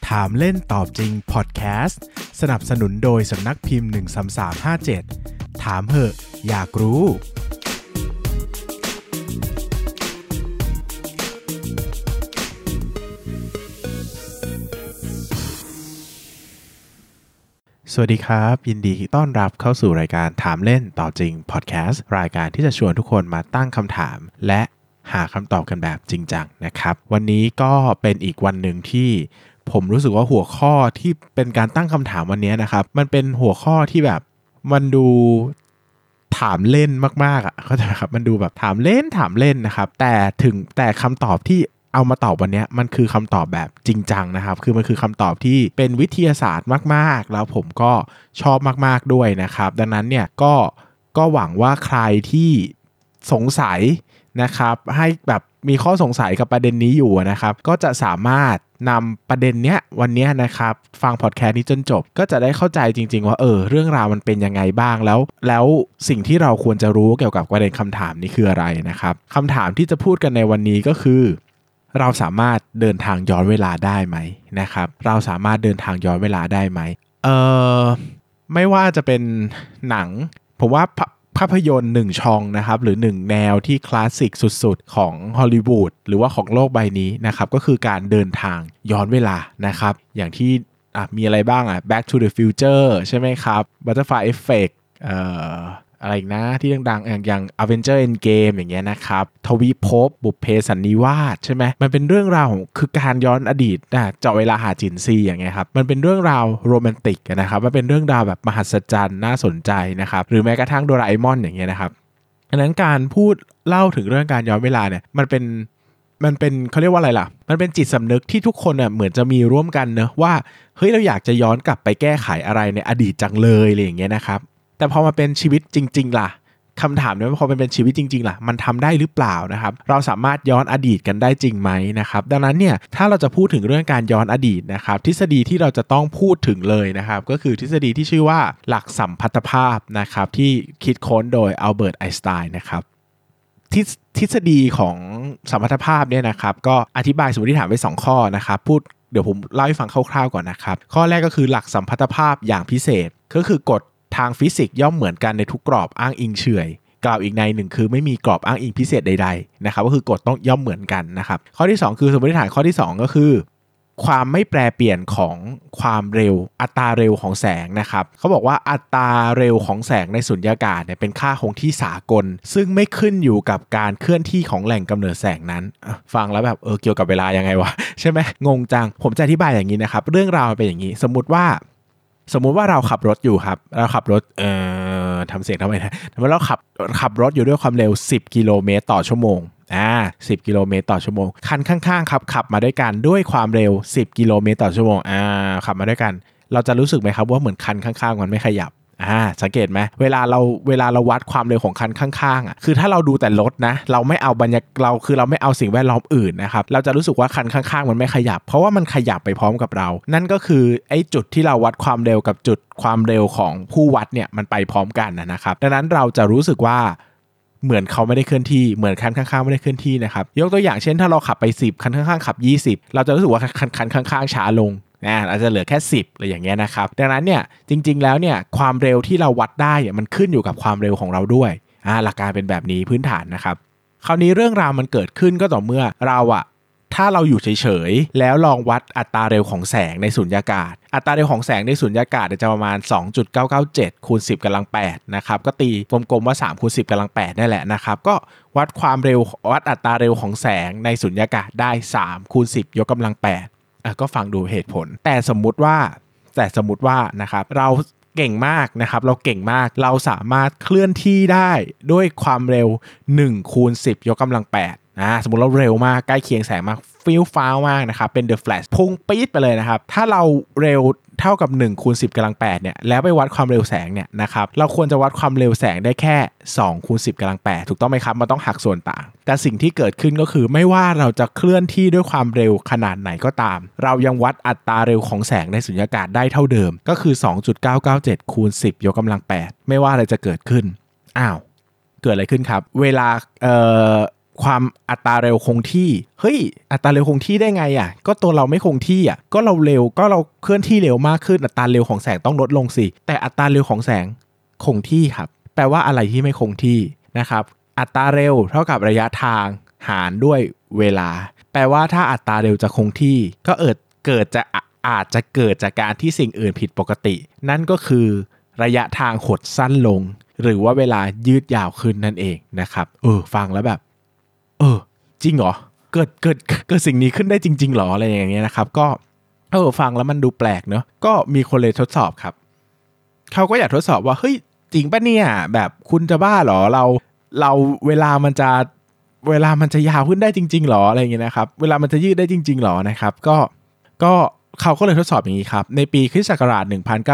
ถามเล่นตอบจริงพอดแคสต์สนับสนุนโดยสำนักพิมพ์13357ถามเหอะอยากรู้สวัสดีครับยินดีต้อนรับเข้าสู่รายการถามเล่นตอบจริงพอดแคสต์รายการที่จะชวนทุกคนมาตั้งคำถามและหาคำตอบกันแบบจริงจังนะครับวันนี้ก็เป็นอีกวันหนึ่งที่ผมรู้สึกว่าหัวข้อที่เป็นการตั้งคำถามวันนี้นะครับมันเป็นหัวข้อที่แบบมันดูถามเล่นมากๆอ่ะเข้าใจไหมครับมันดูแบบถามเล่นนะครับแต่คำตอบที่เอามาตอบวันนี้มันคือคำตอบแบบจริงจังนะครับคือมันคือคำตอบที่เป็นวิทยาศาสตร์มากๆแล้วผมก็ชอบมากๆด้วยนะครับดังนั้นเนี่ยก็หวังว่าใครที่สงสัยนะครับให้แบบมีข้อสงสัยกับประเด็นนี้อยู่นะครับก็จะสามารถนำประเด็นเนี้ยวันนี้นะครับฟังพอดแคสต์นี้จนจบก็จะได้เข้าใจจริงๆว่าเรื่องราวมันเป็นยังไงบ้างแล้วสิ่งที่เราควรจะรู้เกี่ยวกับประเด็นคำถามนี้คืออะไรนะครับคำถามที่จะพูดกันในวันนี้ก็คือเราสามารถเดินทางย้อนเวลาได้ไหมนะครับเราสามารถเดินทางย้อนเวลาได้ไหมไม่ว่าจะเป็นหนังผมว่าภาพยนตร์1ช่องนะครับหรือ1แนวที่คลาสสิกสุดๆของฮอลลีวูดหรือว่าของโลกใบนี้นะครับก็คือการเดินทางย้อนเวลานะครับอย่างที่มีอะไรบ้างBack to the Future ใช่ไหมครับ Butterfly Effect อะไรอีกนะที่ดังๆอย่าง Avengers Endgame อย่างเงี้ยนะครับทวีภพบุพเพสันนิวาสใช่ไหมมันเป็นเรื่องราวของคือการย้อนอดีตเจาะเวลาหาจินซีอย่างเงี้ยครับมันเป็นเรื่องราวโรแมนติกนะครับมันเป็นเรื่องราวแบบมหัศจรรย์น่าสนใจนะครับหรือแม้กระทั่งโดราเอมอนอย่างเงี้ยนะครับอันนั้นการพูดเล่าถึงเรื่องการย้อนเวลาเนี่ยมันเป็นเขาเรียกว่าอะไรล่ะมันเป็นจิตสำนึกที่ทุกคนเหมือนจะมีร่วมกันเนอะว่าเฮ้ยเราอยากจะย้อนกลับไปแก้ไขอะไรในอดีตจังเลยอะไรอย่างเงี้ยนะครับแต่พอมาเป็นชีวิตจริงๆล่ะคำถามเนี่ยพอเป็นชีวิตจริงๆล่ะมันทำได้หรือเปล่านะครับเราสามารถย้อนอดีตกันได้จริงไหมนะครับดังนั้นเนี่ยถ้าเราจะพูดถึงเรื่องการย้อนอดีตนะครับทฤษฎีที่เราจะต้องพูดถึงเลยนะครับก็คือทฤษฎีที่ชื่อว่าหลักสัมพัทธภาพนะครับที่คิดค้นโดยอัลเบิร์ตไอน์สไตน์นะครับทฤษฎีของสัมพัทธภาพเนี่ยนะครับก็อธิบายสมมติฐานไว้2ข้อนะครับเดี๋ยวผมเล่าให้ฟังคร่าวๆก่อนนะครับข้อแรกก็คือหลักสัมพัทธภาพอย่างพิเศษก็คือกฎทางฟิสิกส์ย่อมเหมือนกันในทุกกรอบอ้างอิงเฉยกล่าวอีกในหนึ่งคือไม่มีกรอบอ้างอิงพิเศษใดๆนะครับก็คือกฎต้องย่อมเหมือนกันนะครับข้อที่2คือสมมติฐานข้อที่2ก็คือความไม่แปรเปลี่ยนของความเร็วอัตราเร็วของแสงนะครับเขาบอกว่าอัตราเร็วของแสงในสุญญากาศเนี่ยเป็นค่าคงที่สากลซึ่งไม่ขึ้นอยู่กับการเคลื่อนที่ของแหล่งกำเนิดแสงนั้นฟังแล้วแบบเกี่ยวกับเวลายังไงวะใช่ไหมงงจังผมจะอธิบายอย่างนี้นะครับเรื่องราวเป็นอย่างนี้สมมุติว่าเราขับรถอยู่ครับเราขับรถทำเสียงทำไมนะเราขับรถอยู่ด้วยความเร็ว10กิโลเมตรต่อชั่วโมง10กิโลเมตรต่อชั่วโมงคันข้างๆครับขับมาด้วยกันด้วยความเร็ว10กิโลเมตรต่อชั่วโมงขับมาด้วยกันเราจะรู้สึกไหมครับว่าเหมือนคันข้างๆมันไม่ขยับสังเกตไหมเวลาเราวัดความเร็วของคันข้างๆคือถ้าเราดูแต่รถนะเราไม่เอาเราไม่เอาสิ่งแวดล้อมอื่นนะครับเราจะรู้สึกว่าคันข้างๆมันไม่ขยับเพราะว่ามันขยับไปพร้อมกับเรานั่นก็คือไอ้จุดที่เราวัดความเร็วกับจุดความเร็วของผู้วัดเนี่ยมันไปพร้อมกันนะครับดังนั้นเราจะรู้สึกว่าเหมือนเขาไม่ได้เคลื่อนที่เหมือนคันข้างๆไม่ได้เคลื่อนที่นะครับยกตัวอย่างเช่นถ้าเราขับไป10คันข้างๆขับ20เราจะรู้สึกว่าคันข้างๆช้าลงอาจจะเหลือแค่10อะไรอย่างเงี้ยนะครับดังนั้นเนี่ยจริงๆแล้วเนี่ยความเร็วที่เราวัดได้เนี่ยมันขึ้นอยู่กับความเร็วของเราด้วยหลักการเป็นแบบนี้พื้นฐานนะครับคราวนี้เรื่องราวมันเกิดขึ้นก็ต่อเมื่อเราถ้าเราอยู่เฉยๆแล้วลองวัดอัตราเร็วของแสงในสุญญากาศอัตราเร็วของแสงในสุญญากาศจะประมาณ 2.997 คูณ 10 กำลัง 8นะครับก็ตีกลมๆว่า3คูณ 10 กำลัง 8นั่นแหละนะครับก็วัดความเร็ววัดอัตราเร็วของแสงในสุญญากาศได้3คูณ 10 ยกกำลัง 8ก็ฟังดูเหตุผลแต่สมมุติว่านะครับเราเก่งมากนะครับเราสามารถเคลื่อนที่ได้ด้วยความเร็ว1คูณ 10 ยกกำลัง 8สมมุติเราเร็วมากใกล้เคียงแสงมากฟิลฟ้าวมากนะครับเป็น The Flash พุ่งปี๊ดไปเลยนะครับถ้าเราเร็วเท่ากับ1คูณ 10 กำลัง 8เนี่ยแล้วไปวัดความเร็วแสงเนี่ยนะครับเราควรจะวัดความเร็วแสงได้แค่2คูณ 10 กำลัง 8ถูกต้องไหมครับมันต้องหักส่วนต่างแต่สิ่งที่เกิดขึ้นก็คือไม่ว่าเราจะเคลื่อนที่ด้วยความเร็วขนาดไหนก็ตามเรายังวัดอัตราเร็วของแสงในสุญญากาศได้เท่าเดิมก็คือ 2.997 คูณ 10 ยกกำลัง 8ไม่ว่าอะไรจะเกิดขึ้นเกิดอะไรขึ้นครับเวลาความอัตราเร็วคงที่เฮ้ยอัตราเร็วคงที่ได้ไงอ่ะก็ตัวเราไม่คงที่อ่ะก็เราเร็วก็เราเคลื่อนที่เร็วมากขึ้นอัตราเร็วของแสงต้องลดลงสิแต่อัตราเร็วของแสงคงที่ครับแปลว่าอะไรที่ไม่คงที่นะครับอัตราเร็วเท่ากับระยะทางหารด้วยเวลาแปลว่าถ้าอัตราเร็วจะคงที่ก็อาจจะเกิดจากการที่สิ่งอื่นผิดปกตินั่นก็คือระยะทางหดสั้นลงหรือว่าเวลายืดยาวขึ้นนั่นเองนะครับฟังแล้วแบบจริงเหรอเกิดสิ่งนี้ขึ้นได้จริงๆหรออะไรอย่างเงี้ยนะครับก็ฟังแล้วมันดูแปลกเนอะก็มีคนเลยทดสอบครับเขาก็อยากทดสอบว่าเฮ้ยจริงป่ะเนี่ยแบบคุณจะบ้าหรอเราเวลามันจะยาวขึ้นได้จริงๆหรออะไรอย่างเงี้ยนะครับเวลามันจะยืดได้จริงๆหรอนะครับก็เขาก็เลยทดสอบอย่างนี้ครับในปีคริสต์ศักราช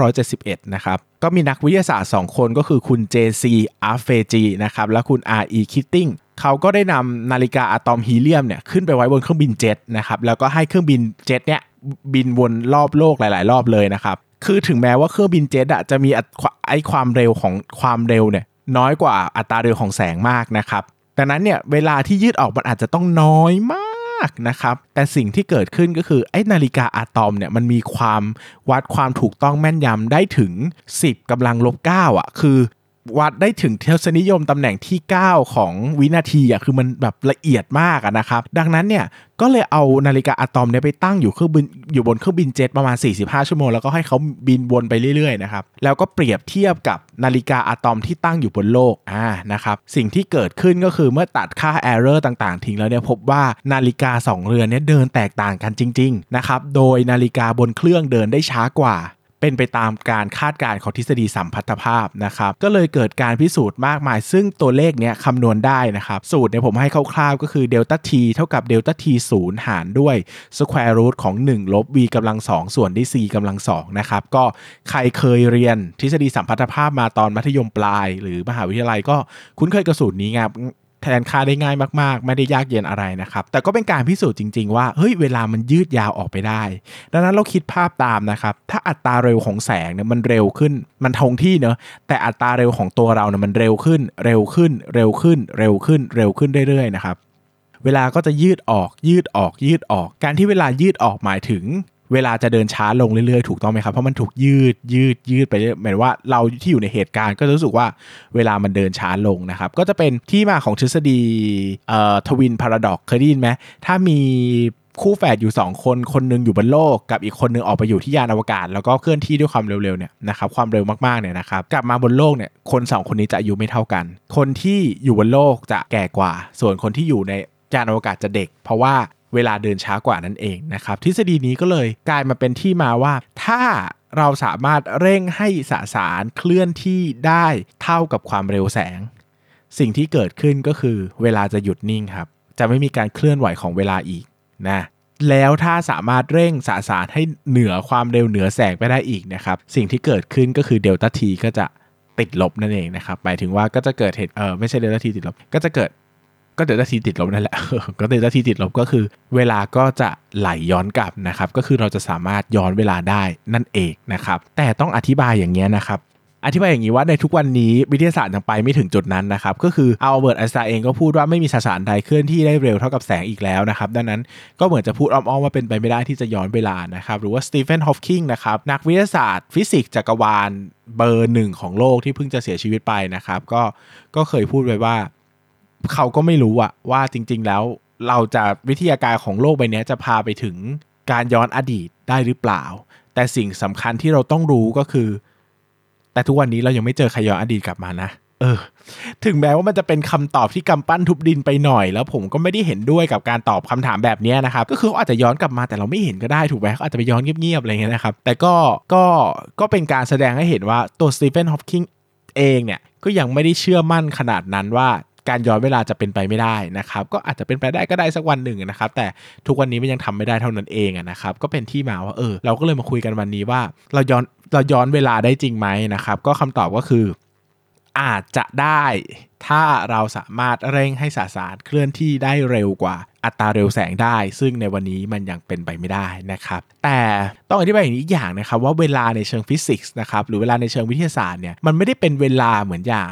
1971นะครับก็มีนักวิทยาศาสตร์2คนก็คือคุณ J.C. Arfeji นะครับและคุณ R.E. Keating เขาก็ได้นำนาฬิกาอะตอมฮีเลียมเนี่ยขึ้นไปไว้บนเครื่องบินเจ็ตนะครับแล้วก็ให้เครื่องบินเจ็ตเนี่ยบินวนรอบโลกหลายๆรอบเลยนะครับคือถึงแม้ว่าเครื่องบินเจ็ตจะมีความเร็วเนี่ยน้อยกว่าอัตราเร็วของแสงมากนะครับดังนั้นเนี่ยเวลาที่ยืดออกมันอาจจะต้องน้อยมากนะครับแต่สิ่งที่เกิดขึ้นก็คือไอ้นาฬิกาอะตอมเนี่ยมันมีความวัดความถูกต้องแม่นยำได้ถึง10 กำลังลบ 9อ่ะคือวัดได้ถึงทศนิยมตำแหน่งที่9ของวินาทีอ่ะคือมันแบบละเอียดมากอ่ะนะครับดังนั้นเนี่ยก็เลยเอานาฬิกาอะตอมเนี่ยไปตั้งอยู่บนเครื่องบินเจ็ตประมาณ45 ชั่วโมงแล้วก็ให้เขาบินวนไปเรื่อยๆนะครับแล้วก็เปรียบเทียบกับนาฬิกาอะตอมที่ตั้งอยู่บนโลกนะครับสิ่งที่เกิดขึ้นก็คือเมื่อตัดค่า error ต่างๆทิ้งแล้วเนี่ยพบว่านาฬิกา2 เรือนเนี่ยเดินแตกต่างกันจริงๆนะครับโดยนาฬิกาบนเครื่องเดินได้ช้ากว่าเป็นไปตามการคาดการณ์ของทฤษฎีสัมพัทธภาพนะครับก็เลยเกิดการพิสูจน์มากมายซึ่งตัวเลขเนี้ยคำนวณได้นะครับสูตรเนี่ยผมให้คร่าวๆก็คือเดลต้าทีเท่ากับเดลต้าที0หารด้วยสแควร์รูทของ1ลบ v กำลัง2ส่วนด้วย c กำลัง2นะครับก็ใครเคยเรียนทฤษฎีสัมพัทธภาพมาตอนมัธยมปลายหรือมหาวิทยาลัยก็คุ้นเคยกับสูตรนี้ครับแทนค่าได้ง่ายมากๆไม่ได้ยากเย็นอะไรนะครับแต่ก็เป็นการพิสูจน์จริงๆว่าเฮ้ยเวลามันยืดยาวออกไปได้ดังนั้นเราคิดภาพตามนะครับถ้าอัตราเร็วของแสงเนี่ยมันเร็วขึ้นมันคงที่เนอะแต่อัตราเร็วของตัวเราเนี่ยมันเร็วขึ้นเรื่อยๆนะครับเวลาก็จะยืดออกการที่เวลายืดออกหมายถึงเวลาจะเดินช้าลงเรื่อยๆถูกต้องไหมครับเพราะมันถูกยืดไปเรื่อยหมายว่าเราที่อยู่ในเหตุการณ์ก็จะรู้สึกว่าเวลามันเดินช้าลงนะครับก็จะเป็นที่มาของทฤษฎีทวินพาราดอกซ์เคยได้ยินไหมถ้ามีคู่แฝดอยู่2คนคนนึงอยู่บนโลกกับอีกคนนึงออกไปอยู่ที่ยานอวกาศแล้วก็เคลื่อนที่ด้วยความเร็วๆเนี่ยนะครับความเร็วมากๆเนี่ยนะครับกลับมาบนโลกเนี่ยคน2คนนี้จะอายุไม่เท่ากันคนที่อยู่บนโลกจะแก่กว่าส่วนคนที่อยู่ในยานอวกาศจะเด็กเพราะว่าเวลาเดินช้ากว่านั่นเองนะครับทฤษฎีนี้ก็เลยกลายมาเป็นที่มาว่าถ้าเราสามารถเร่งให้สสารเคลื่อนที่ได้เท่ากับความเร็วแสงสิ่งที่เกิดขึ้นก็คือเวลาจะหยุดนิ่งครับจะไม่มีการเคลื่อนไหวของเวลาอีกนะแล้วถ้าสามารถเร่งสสารให้เหนือความเร็วเหนือแสงไปได้อีกนะครับสิ่งที่เกิดขึ้นก็คือเดลต้าทีก็จะติดลบนั่นเองนะครับหมายถึงว่าก็จะเกิดเหตุไม่ใช่เดลต้าทีติดลบก็จะเกิดก็เดลต้าทีติดลบนั่นแหละ ก็เดลต้าทีติดลบก็คือเวลาก็จะไหลย้อนกลับนะครับก็คือเราจะสามารถย้อนเวลาได้นั่นเองนะครับแต่ต้องอธิบายอย่างเงี้ยนะครับอธิบายอย่างนี้ว่าในทุกวันนี้วิทยาศาสตร์ยังไปไม่ถึงจุดนั้นนะครับก็คืออัลเบิร์ตไอน์สไตน์เองก็พูดว่าไม่มีสสารใดเคลื่อนที่ได้เร็วเท่ากับแสงอีกแล้วนะครับดังนั้นก็เหมือนจะพูดอ้อมๆว่าเป็นไปไม่ได้ที่จะย้อนเวลานะครับหรือว่าสตีเฟนฮอว์กิงนะครับนักวิทยาศาสตร์ฟิสิกส์จักรวาลเบอร์1ของโลกที่เพิ่งจะเสียชีวิตไปนะครับก็เคยพูดไว้ว่าเขาก็ไม่รู้ว่าจริงๆแล้วเราจะวิทยาการของโลกใบนี้จะพาไปถึงการย้อนอดีตได้หรือเปล่าแต่สิ่งสำคัญที่เราต้องรู้ก็คือแต่ทุกวันนี้เรายังไม่เจอใครย้อนอดีตกลับมานะถึงแม้ว่ามันจะเป็นคำตอบที่กำปั้นทุบดินไปหน่อยแล้วผมก็ไม่ได้เห็นด้วยกับการตอบคำถามแบบนี้นะครับก็คือเขาอาจจะย้อนกลับมาแต่เราไม่เห็นก็ได้ถูกไหมเขาอาจจะไปย้อนเงียบๆอะไรเงี้ยนะครับแต่ก็เป็นการแสดงให้เห็นว่าตัวสตีเฟนฮอว์กิงเองเนี่ยก็ยังไม่ได้เชื่อมั่นขนาดนั้นว่าการย้อนเวลาจะเป็นไปไม่ได้นะครับก็อาจจะเป็นไปได้ก็ได้สักวันหนึ่งนะครับแต่ทุกวันนี้มันยังทำไม่ได้เท่านั้นเองนะครับก็เป็นที่มาว่าเราก็เลยมาคุยกันวันนี้ว่าเราย้อนเวลาได้จริงไหมนะครับก็คำตอบก็คืออาจจะได้ถ้าเราสามารถเร่งให้สสารเคลื่อนที่ได้เร็วกว่าอัตราเร็วแสงได้ซึ่งในวันนี้มันยังเป็นไปไม่ได้นะครับแต่ต้องอธิบายอย่างนี้อีกอย่างนะครับว่าเวลาในเชิงฟิสิกส์นะครับหรือเวลาในเชิงวิทยาศาสตร์เนี่ยมันไม่ได้เป็นเวลาเหมือนอย่าง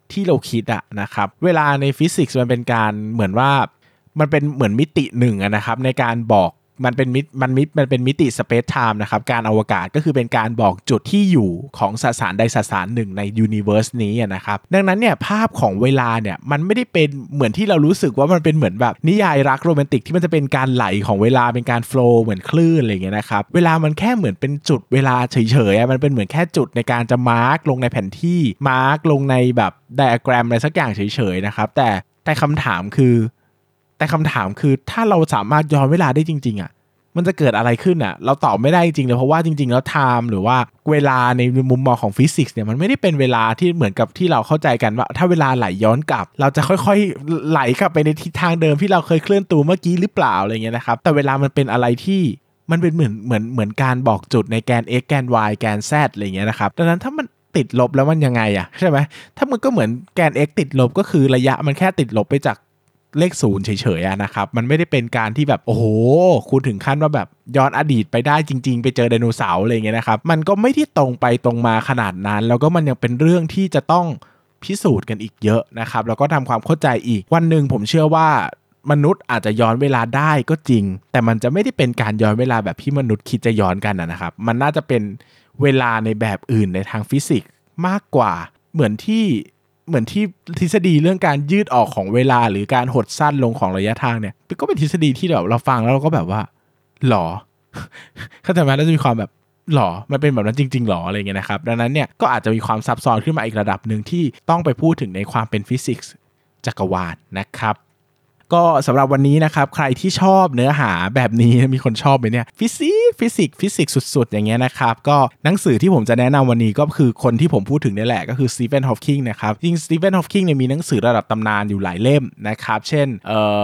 ที่เราคิดนะครับเวลาในฟิสิกส์มันเป็นการเหมือนว่ามันเป็นเหมือนมิติหนึ่งนะครับในการบอกมันเป็นมิติสเปซไทม์นะครับการอวกาศก็คือเป็นการบอกจุดที่อยู่ของสสารใดสสารหนึ่งในยูนิเวอร์สนี้นะครับดังนั้นเนี่ยภาพของเวลาเนี่ยมันไม่ได้เป็นเหมือนที่เรารู้สึกว่ามันเป็นเหมือนแบบนิยายรักโรแมนติกที่มันจะเป็นการไหลของเวลาเป็นการโฟลว์เหมือนคลื่นอะไรอย่างเงี้ยนะครับเวลามันแค่เหมือนเป็นจุดเวลาเฉยๆมันเป็นเหมือนแค่จุดในการจะมาร์กลงในแผนที่มาร์กลงในแบบไดอะแกรมอะไรสักอย่างเฉยๆนะครับแต่คำถามคือถ้าเราสามารถย้อนเวลาได้จริงๆมันจะเกิดอะไรขึ้นเราตอบไม่ได้จริงเลยเพราะว่าจริงๆแล้วไทม์หรือว่าเวลาในมุมมองของฟิสิกส์เนี่ยมันไม่ได้เป็นเวลาที่เหมือนกับที่เราเข้าใจกันว่าถ้าเวลาไหลย้อนกลับเราจะค่อยๆไหลกลับไปในทิศทางเดิมที่เราเคยเคลื่อนตัวเมื่อกี้หรือเปล่าอะไรเงี้ยนะครับแต่เวลามันเป็นอะไรที่มันเป็นเหมือนการบอกจุดในแกน x แกน y แกน z อะไรเงี้ยนะครับดังนั้นถ้ามันติดลบแล้วมันยังไงใช่ไหมถ้ามันก็เหมือนแกน x ติดลบก็คือระยะมันแค่ติดลบไปจากเลขศูนย์เฉยๆนะครับมันไม่ได้เป็นการที่แบบโอ้โหคุณถึงขั้นว่าแบบย้อนอดีตไปได้จริงๆไปเจอไดโนเสาร์อะไรเงี้ยนะครับมันก็ไม่ที่ตรงไปตรงมาขนาดนั้นแล้วก็มันยังเป็นเรื่องที่จะต้องพิสูจน์กันอีกเยอะนะครับแล้วก็ทำความเข้าใจอีกวันหนึ่งผมเชื่อว่ามนุษย์อาจจะย้อนเวลาได้ก็จริงแต่มันจะไม่ได้เป็นการย้อนเวลาแบบที่มนุษย์คิดจะย้อนกันนะครับมันน่าจะเป็นเวลาในแบบอื่นในทางฟิสิกส์มากกว่าเหมือนที่ทฤษฎีเรื่องการยืดออกของเวลาหรือการหดสั้นลงของระยะทางเนี่ยก็เป็นทฤษฎีที่แบบเราฟังแล้วเราก็แบบว่าหรอ เข้าใจไหมแล้วจะมีความแบบหรอมันเป็นแบบนั้นจริงๆหรออะไรเงี้ยนะครับดังนั้นเนี่ยก็อาจจะมีความซับซ้อนขึ้นมาอีกระดับหนึ่งที่ต้องไปพูดถึงในความเป็นฟิสิกส์จักรวาลนะครับก็สำหรับวันนี้นะครับใครที่ชอบเนื้อหาแบบนี้มีคนชอบไหมเนี่ยฟิสิกส์สุดๆอย่างเงี้ยนะครับก็หนังสือที่ผมจะแนะนำวันนี้ก็คือคนที่ผมพูดถึงนี่แหละก็คือสตีเฟน ฮอว์กิงนะครับจริงสตีเฟน ฮอว์กิงเนี่ยมีหนังสือระดับตำนานอยู่หลายเล่มนะครับเช่น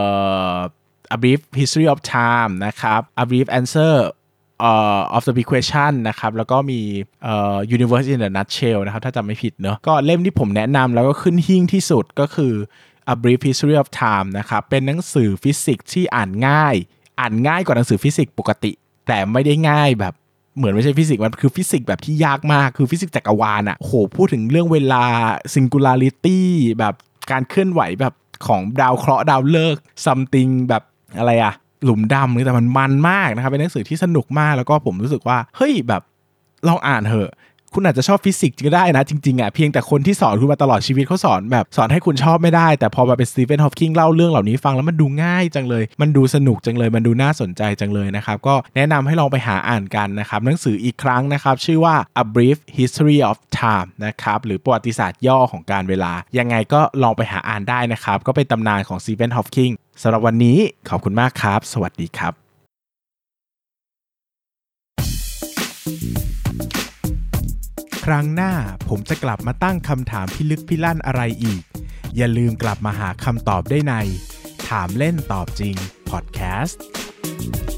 A Brief History of Time นะครับ A Brief Answer of the Big Question นะครับแล้วก็มีUniverse in a Nutshell นะครับถ้าจำไม่ผิดเนอะก็เล่มที่ผมแนะนำแล้วก็ขึ้นหิ้งที่สุดก็คือ A Brief History of Time นะครับเป็นหนังสือฟิสิกส์ที่อ่านง่ายกว่าหนังสือฟิสิกส์ปกติแต่ไม่ได้ง่ายแบบเหมือนไม่ใช่ฟิสิกส์มันคือฟิสิกส์แบบที่ยากมากคือฟิสิกส์จักรวาลโอ้โหพูดถึงเรื่องเวลา Singularity แบบการเคลื่อนไหวแบบของดาวเคราะห์ดาวฤกษ์ something แบบอะไรหลุมดำแต่มันมากนะครับเป็นหนังสือที่สนุกมากแล้วก็ผมรู้สึกว่าเฮ้ยแบบลองอ่านเถอะคุณอาจจะชอบฟิสิกส์ก็ได้นะจริงๆเพียงแต่คนที่สอนคุณมาตลอดชีวิตเขาสอนให้คุณชอบไม่ได้แต่พอมาเป็นสตีเฟน ฮอว์กิงเล่าเรื่องเหล่านี้ฟังแล้วมันดูง่ายจังเลยมันดูสนุกจังเลยมันดูน่าสนใจจังเลยนะครับก็แนะนำให้ลองไปหาอ่านกันนะครับหนังสืออีกครั้งนะครับชื่อว่า A Brief History of Time นะครับหรือประวัติศาสตร์ย่อของการเวลายังไงก็ลองไปหาอ่านได้นะครับก็เป็นตำนานของสตีเฟน ฮอว์กิงสำหรับวันนี้ขอบคุณมากครับสวัสดีครับครั้งหน้าผมจะกลับมาตั้งคำถามพิลึกพิลั่นอะไรอีกอย่าลืมกลับมาหาคำตอบได้ในถามเล่นตอบจริงพอดแคสต์